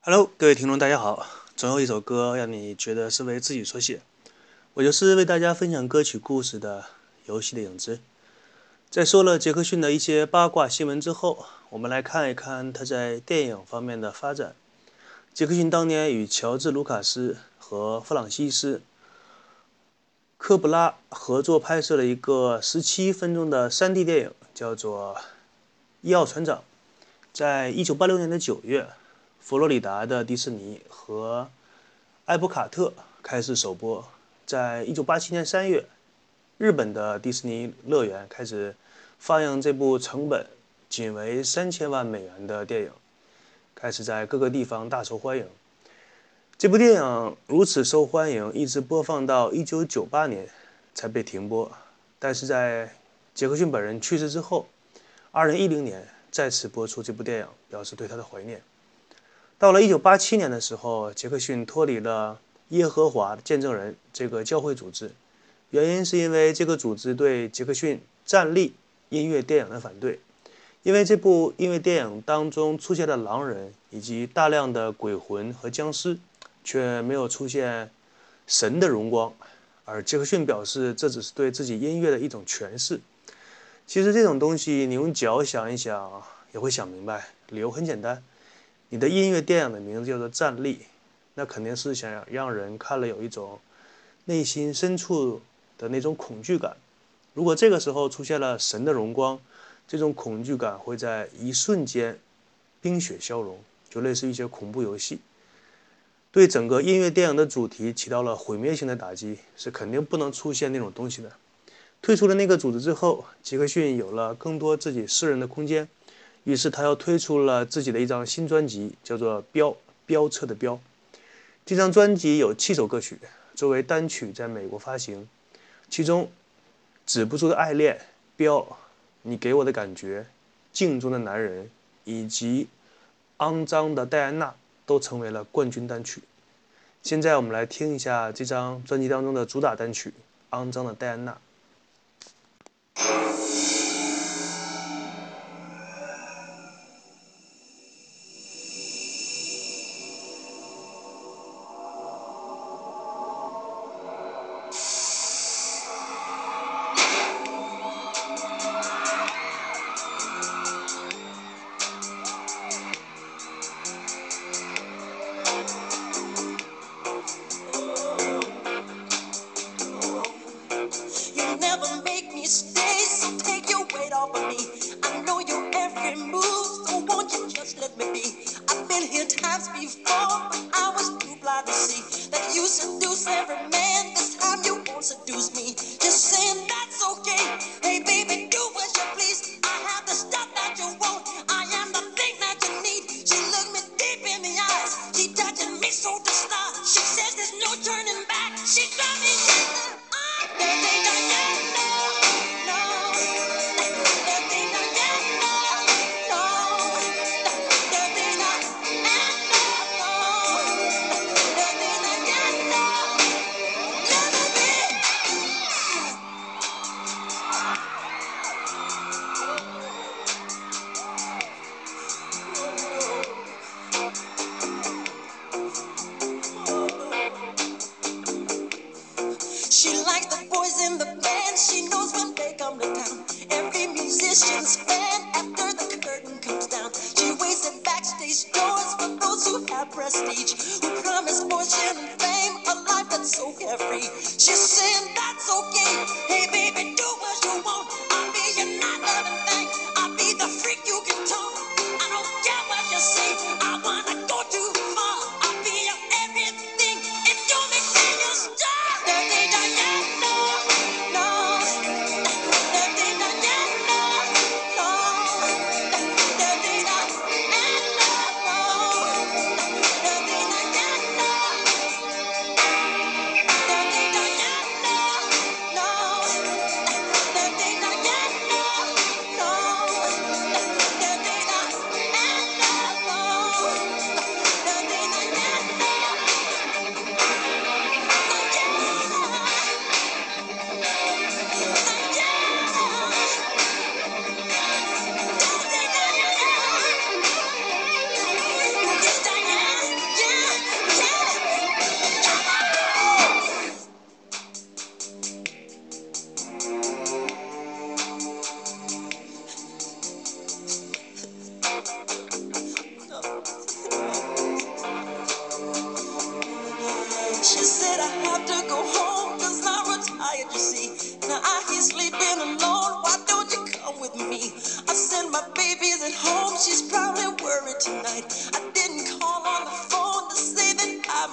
Hello，各位听众，大家好。总有一首歌让你觉得是为自己所写，我就是为大家分享歌曲故事的游戏的影子。在说了杰克逊的一些八卦新闻之后，我们来看一看他在电影方面的发展。杰克逊当年与乔治·卢卡斯和弗朗西斯·科布拉合作拍摄了一个17分钟的 3D 电影，叫做《一号船长》。在1986年的9月，佛罗里达的迪士尼和埃普卡特开始首播。在1987年3月，日本的迪士尼乐园开始放映这部成本仅为3000万美元的电影，开始在各个地方大受欢迎。这部电影如此受欢迎，一直播放到1998年才被停播。但是在杰克逊本人去世之后，2010年再次播出这部电影，表示对他的怀念。到了1987年的时候，杰克逊脱离了耶和华见证人这个教会组织，原因是因为这个组织对杰克逊站立音乐电影的反对。因为这部音乐电影当中出现了狼人以及大量的鬼魂和僵尸，却没有出现神的荣光，而杰克逊表示这只是对自己音乐的一种诠释。其实这种东西你用脚想一想也会想明白，理由很简单，你的音乐电影的名字叫做站立，那肯定是想让人看了有一种内心深处的那种恐惧感。如果这个时候出现了神的荣光，这种恐惧感会在一瞬间冰雪消融，就类似于一些恐怖游戏，对整个音乐电影的主题起到了毁灭性的打击，是肯定不能出现那种东西的。退出了那个组织之后，杰克逊有了更多自己私人的空间，于是他又推出了自己的一张新专辑，叫做飙车的飙。这张专辑有7首歌曲，作为单曲在美国发行，其中止不住的爱恋、飙、你给我的感觉、镜中的男人以及肮脏的戴安娜都成为了冠军单曲。现在我们来听一下这张专辑当中的主打单曲《肮脏的戴安娜》。 Times before, but I was too blind to see that you seduce every man. This time you won't seduce me. Just saying that's okay. Hey baby, do as you please. I have the stuff that you want. I am the thing that you need. She looked me deep in the eyes. She touching me so to start. She says there's no turning back. She drives me nuts. The thing I get, no, no. The thing I get, no, no. The thing I She likes the boys in the band. She knows when they come to town. Every musician's fan after the curtain comes down. She waits at backstage doors for those who have prestige, who promise fortune and fame, a life that's so carefree. She's saying that's okay. Hey baby, do what you want. I'll be your night loving thing. I'll be the freak you can talk. I don't care what you say. I wanna go too far. I'll be your everything. If you make me your star. The thing I get, no, no. The thing I get, no, no. The thing I get, no, no. The thing I get, no. The thing I get, no, no. The thing I get.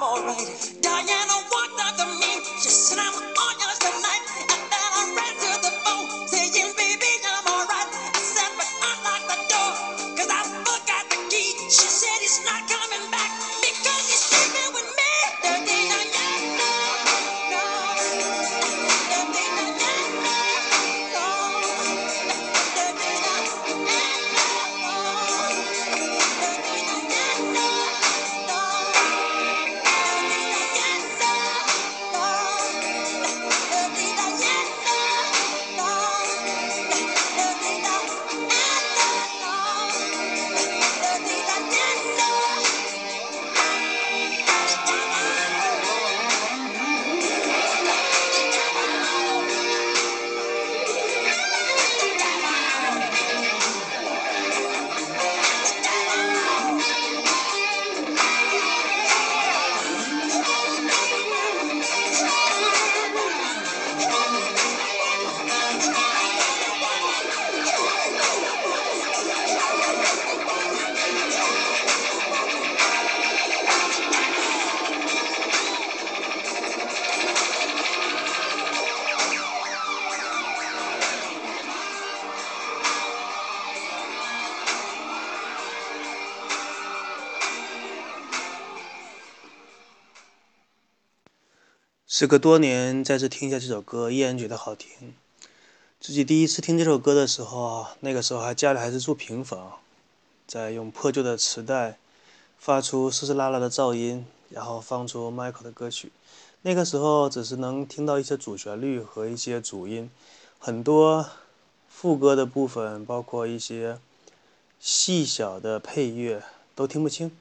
I'm alright. Diana walked up to me, she said I'm all yours tonight. And then I ran to the phone, saying, baby, I'm alright. I said, but unlock the door, cause I forgot the key. She said he's not coming back, because he's sleeping with me. 时隔多年，再次听一下这首歌，依然觉得好听。自己第一次听这首歌的时候，那个时候家里还是住平房，在用破旧的磁带发出嘶嘶啦啦的噪音，然后放出 Michael 的歌曲。那个时候只是能听到一些主旋律和一些主音，很多副歌的部分，包括一些细小的配乐都听不清。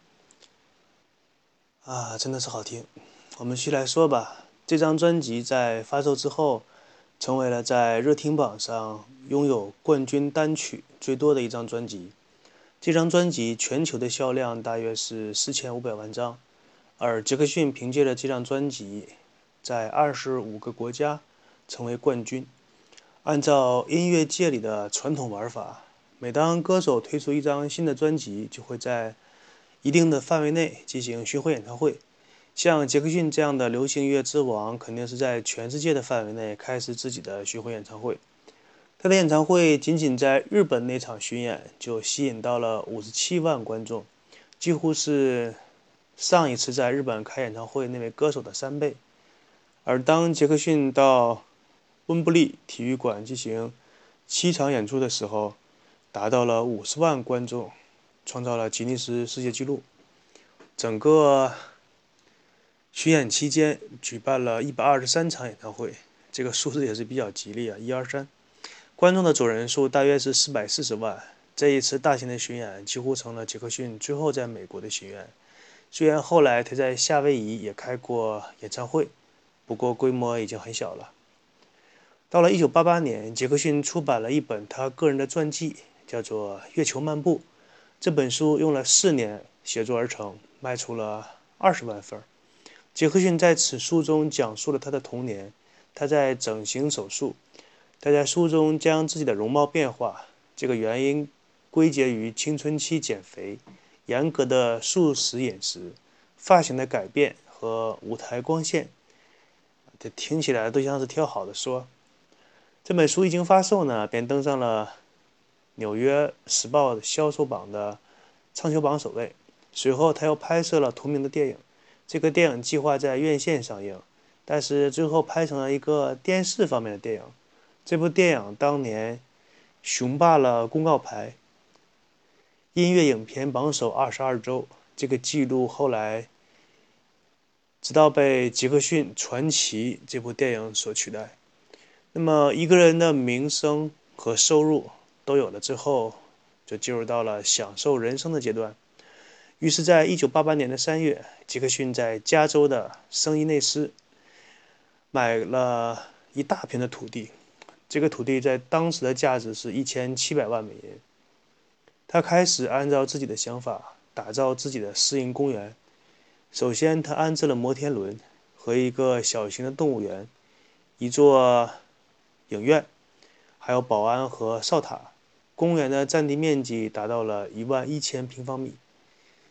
真的是好听。我们继续来说吧。这张专辑在发售之后，成为了在热听榜上拥有冠军单曲最多的一张专辑。这张专辑全球的销量大约是4500万张，而杰克逊凭借着这张专辑，在25个国家成为冠军。按照音乐界里的传统玩法，每当歌手推出一张新的专辑，就会在一定的范围内进行巡回演唱会。像杰克逊这样的流行乐之王，肯定是在全世界的范围内开始自己的巡回演唱会。他的演唱会仅仅在日本那场巡演就吸引到了57万观众，几乎是上一次在日本开演唱会那位歌手的3倍。而当杰克逊到温布利体育馆进行7场演出的时候，达到了50万观众，创造了吉尼斯世界纪录。整个巡演期间举办了123场演唱会，这个数字也是比较吉利啊，123。观众的总人数大约是440万。这一次大型的巡演几乎成了杰克逊最后在美国的巡演。虽然后来他在夏威夷也开过演唱会，不过规模已经很小了。到了1988年，杰克逊出版了一本他个人的传记，叫做《月球漫步》。这本书用了4年写作而成，卖出了20万份。杰克逊在此书中讲述了他的童年，他在整形手术，他在书中将自己的容貌变化这个原因归结于青春期减肥、严格的素食饮食、发型的改变和舞台光线。这听起来都像是挑好的说。这本书一经发售呢，便登上了纽约时报销售榜的畅销榜首位。随后他又拍摄了同名的电影，这个电影计划在院线上映，但是最后拍成了一个电视方面的电影。这部电影当年雄霸了公告牌音乐影片榜首22周，这个记录后来直到被杰克逊传奇这部电影所取代。那么一个人的名声和收入都有了之后，就进入到了享受人生的阶段。于是在1988年的3月，杰克逊在加州的圣伊内斯买了一大片的土地，这个土地在当时的价值是1700万美元。他开始按照自己的想法打造自己的私营公园。首先他安置了摩天轮和一个小型的动物园，一座影院，还有保安和哨塔。公园的占地面积达到了11000平方米。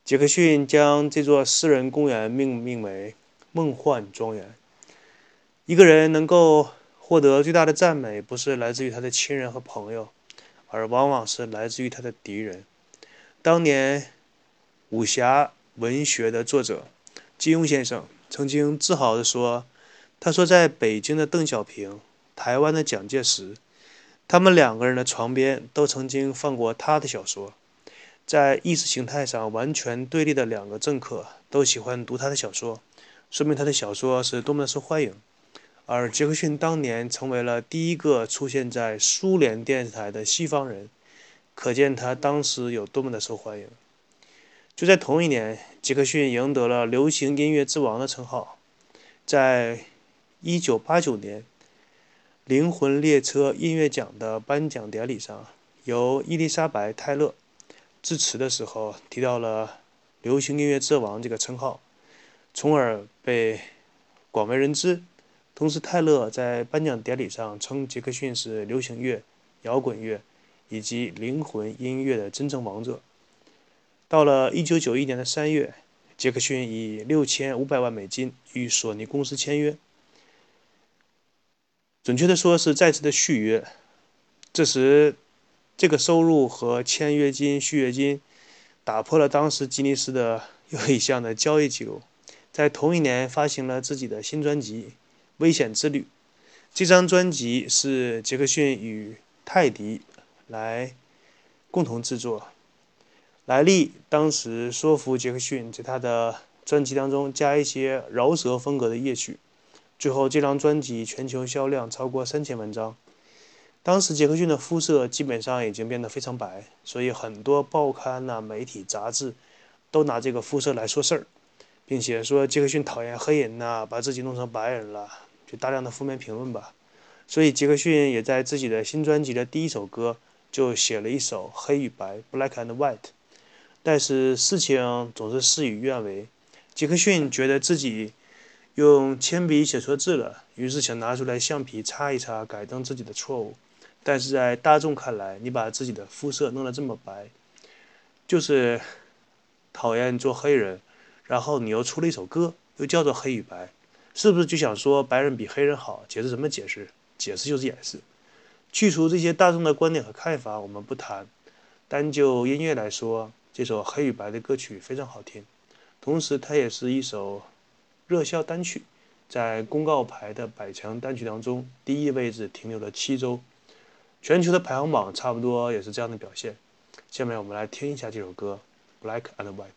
杰克逊将这座私人公园命名为梦幻庄园。一个人能够获得最大的赞美，不是来自于他的亲人和朋友，而往往是来自于他的敌人。当年武侠文学的作者金庸先生曾经自豪地说：“他说，在北京的邓小平、台湾的蒋介石，他们两个人的床边都曾经放过他的小说。在意识形态上完全对立的两个政客都喜欢读他的小说，说明他的小说是多么的受欢迎。”而杰克逊当年成为了第一个出现在苏联电视台的西方人，可见他当时有多么的受欢迎。就在同一年，杰克逊赢得了流行音乐之王的称号。在1989年灵魂列车音乐奖的颁奖典礼上，由伊丽莎白·泰勒致辞的时候提到了流行音乐之王这个称号，从而被广为人知。同时，泰勒在颁奖典礼上称杰克逊是流行乐、摇滚乐以及灵魂音乐的真正王者。到了1991年的3月，杰克逊以$6500万与索尼公司签约，准确的说是再次的续约。这时，这个收入和签约金、续约金打破了当时吉尼斯的又一项的交易记录。在同一年发行了自己的新专辑《危险之旅》。这张专辑是杰克逊与泰迪来共同制作。莱利当时说服杰克逊在他的专辑当中加一些饶舌风格的乐曲，最后这张专辑全球销量超过3000万张。当时杰克逊的肤色基本上已经变得非常白，所以很多报刊媒体、杂志都拿这个肤色来说事儿，并且说杰克逊讨厌黑人把自己弄成白人了，就大量的负面评论吧。所以杰克逊也在自己的新专辑的第一首歌就写了一首黑与白 （Black and White）。但是事情总是事与愿违，杰克逊觉得自己用铅笔写错字了，于是想拿出来橡皮擦一擦，改正自己的错误。但是在大众看来，你把自己的肤色弄得这么白，就是讨厌做黑人，然后你又出了一首歌，又叫做《黑与白》，是不是就想说白人比黑人好？解释什么解释？解释就是掩饰。去除这些大众的观点和看法，我们不谈。单就音乐来说，这首《黑与白》的歌曲非常好听，同时它也是一首热销单曲，在公告牌的100强单曲当中，第一位置停留了7周，全球的排行榜差不多也是这样的表现。下面我们来听一下这首歌《Black and White》。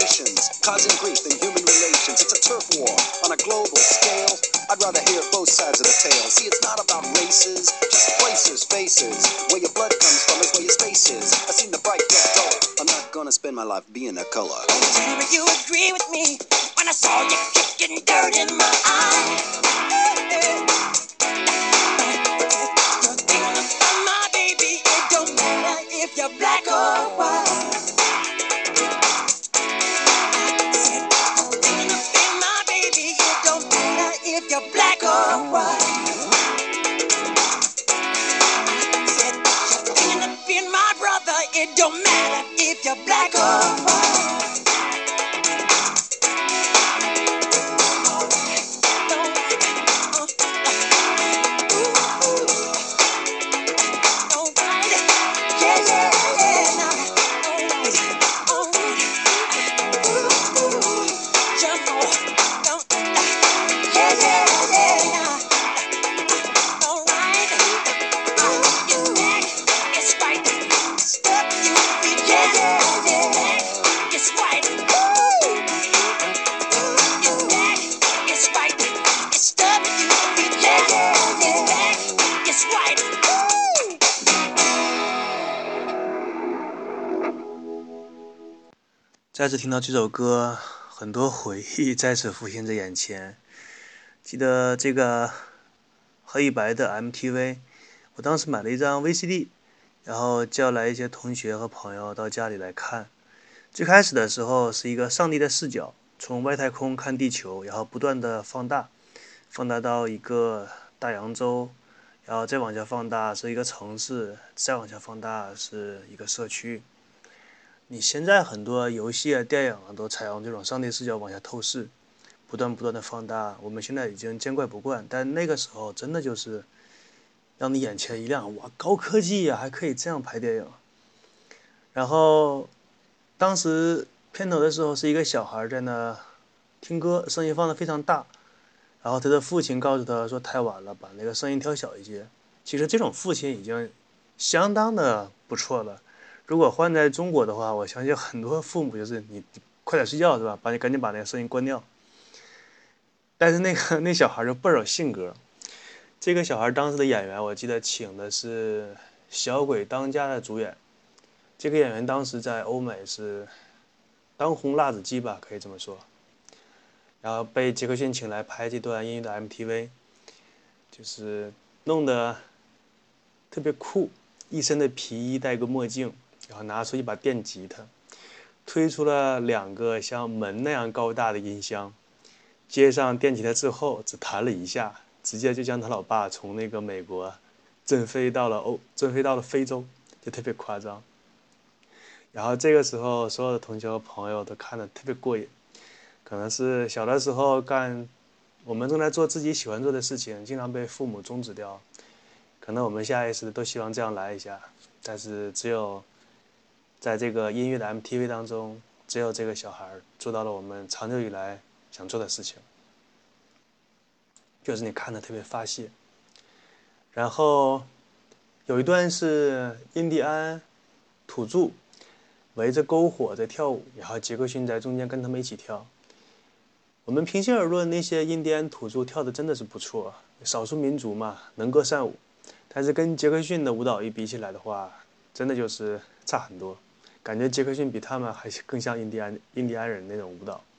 nations, causing grief in human relations. It's a turf war on a global scale. I'd rather hear both sides of the tale. See, it's not about races, just places, faces. Where your blood comes from is where your space is. I've seen the bright get dull. I'm not gonna spend my life being a color. Tell me you agree with me when I saw you kicking dirt in my eye. You're thinking about my baby. It don't matter if you're black or white. Said, you're thinking about my baby. It don't matter if you're black or white. Said, you're thinking about my brother. It don't matter if you're black or white. 再次听到这首歌，很多回忆再次浮现在眼前。记得这个黑与白的 MTV， 我当时买了一张 VCD， 然后叫来一些同学和朋友到家里来看。最开始的时候是一个上帝的视角，从外太空看地球，然后不断的放大到一个大洋洲，然后再往下放大是一个城市，再往下放大是一个社区。你现在很多游戏啊、电影啊都采用这种上帝视角往下透视，不断的放大，我们现在已经见怪不怪，但那个时候真的就是让你眼前一亮，哇，高科技呀，还可以这样拍电影。然后当时片头的时候是一个小孩在那听歌，声音放得非常大，然后他的父亲告诉他说太晚了，把那个声音调小一些。其实这种父亲已经相当的不错了。如果换在中国的话，我相信很多父母就是你快点睡觉是吧？赶紧把那个声音关掉。但是那小孩就倍儿有性格。这个小孩当时的演员，我记得请的是《小鬼当家》的主演。这个演员当时在欧美是当红辣子鸡吧，可以这么说。然后被杰克逊请来拍这段音乐的 MTV， 就是弄得特别酷，一身的皮衣，戴个墨镜。然后拿出一把电吉他，推出了2个像门那样高大的音箱，接上电吉他之后，只弹了一下，直接就将他老爸从那个美国震飞到了非洲，就特别夸张。然后这个时候，所有的同学和朋友都看得特别过瘾，可能是小的时候我们正在做自己喜欢做的事情，经常被父母终止掉，可能我们下意识都希望这样来一下，但是只有在这个音乐的 MTV 当中，只有这个小孩做到了我们长久以来想做的事情，就是你看得特别发泄。然后有一段是印第安土著围着篝火在跳舞，然后杰克逊在中间跟他们一起跳。我们平心而论，那些印第安土著跳的真的是不错，少数民族嘛，能歌善舞。但是跟杰克逊的舞蹈一比起来的话，真的就是差很多。感觉杰克逊比他们还更像印第安人那种舞蹈。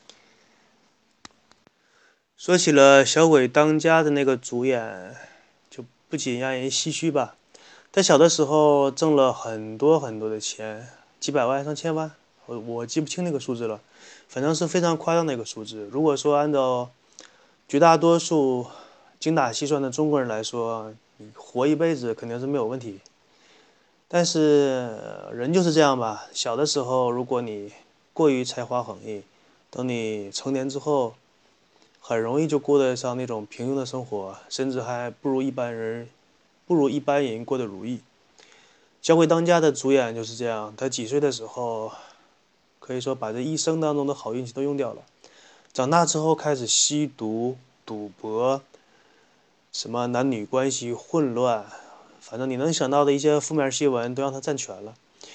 说起了小鬼当家的那个主演，就不仅让人唏嘘吧。他小的时候挣了很多的钱，几百万上千万，我记不清那个数字了，反正是非常夸张的一个数字。如果说按照绝大多数精打细算的中国人来说，你活一辈子肯定是没有问题。但是人就是这样吧，小的时候如果你过于才华横溢，等你成年之后，很容易就过得上那种平庸的生活，甚至还不如一般人过得如意。小鬼当家的主演就是这样，他几岁的时候，可以说把这一生当中的好运气都用掉了。长大之后开始吸毒、赌博，什么男女关系混乱，反正你能想到的一些负面新闻都让他占全了。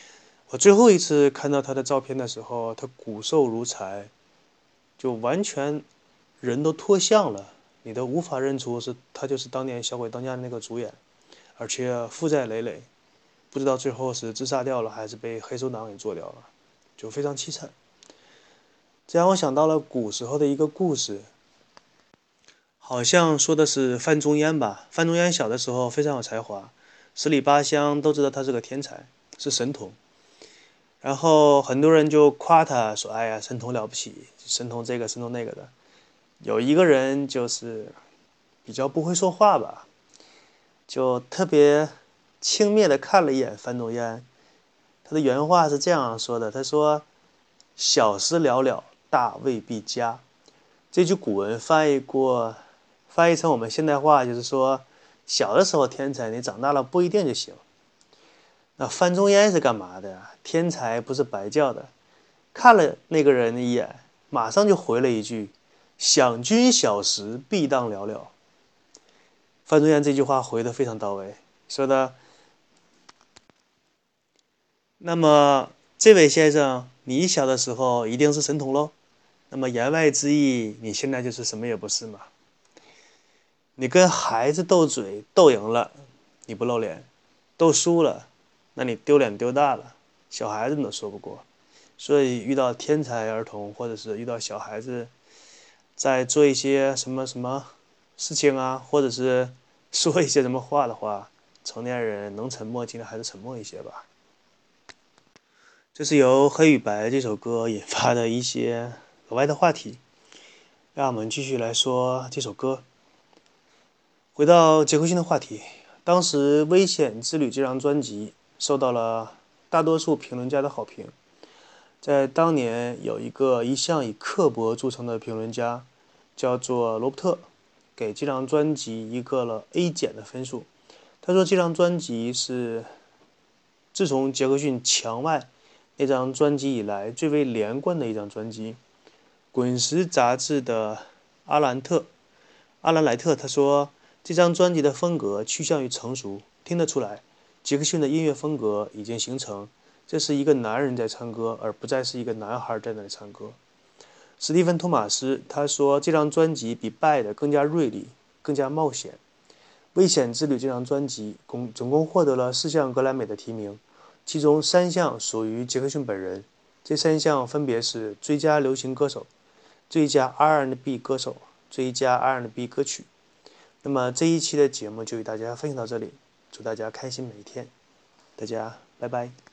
我最后一次看到他的照片的时候，他骨瘦如柴，就完全人都脱相了，你都无法认出他就是当年《小鬼当家》的那个主演，而且负债累累，不知道最后是自杀掉了还是被黑手党给做掉了，就非常凄惨。这让我想到了古时候的一个故事，好像说的是范仲淹吧。范仲淹小的时候非常有才华，十里八乡都知道他是个天才，是神童。然后很多人就夸他说：“哎呀，神童了不起，神童这个神童那个的。”有一个人就是比较不会说话吧，就特别轻蔑地看了一眼范仲淹。他的原话是这样说的：“他说，小时了了，大未必佳。”这句古文翻译成我们现代话就是说，小的时候天才，你长大了不一定就行。那范仲淹是干嘛的呀？天才不是白叫的，看了那个人一眼，马上就回了一句：“想君小时，必当了了。”范仲淹这句话回得非常到位，说的：“那么这位先生，你小的时候一定是神童喽？那么言外之意，你现在就是什么也不是嘛？你跟孩子斗嘴，斗赢了，你不露脸；斗输了，那你丢脸丢大了，小孩子你都说不过。所以遇到天才儿童，或者是遇到小孩子在做一些什么什么事情啊，或者是说一些什么话的话，成年人能沉默尽量还是沉默一些吧。”这是由《黑与白》这首歌引发的一些额外的话题，让我们继续来说这首歌。回到杰克逊的话题，当时《危险之旅》这张专辑受到了大多数评论家的好评。在当年，有一向以刻薄著称的评论家，叫做罗伯特，给这张专辑一个了 A 减的分数。他说这张专辑是自从杰克逊墙外那张专辑以来最为连贯的一张专辑。滚石杂志的阿兰莱特他说，这张专辑的风格趋向于成熟，听得出来，杰克逊的音乐风格已经形成，这是一个男人在唱歌，而不再是一个男孩在那里唱歌。史蒂芬·托马斯他说，这张专辑比《Bad》更加锐利，更加冒险。危险之旅这张专辑总共获得了4项格莱美的提名，其中3项属于杰克逊本人。这3项分别是最佳流行歌手、最佳 R&B 歌手、最佳 R&B 歌曲。那么这一期的节目就与大家分享到这里，祝大家开心每一天，大家拜拜。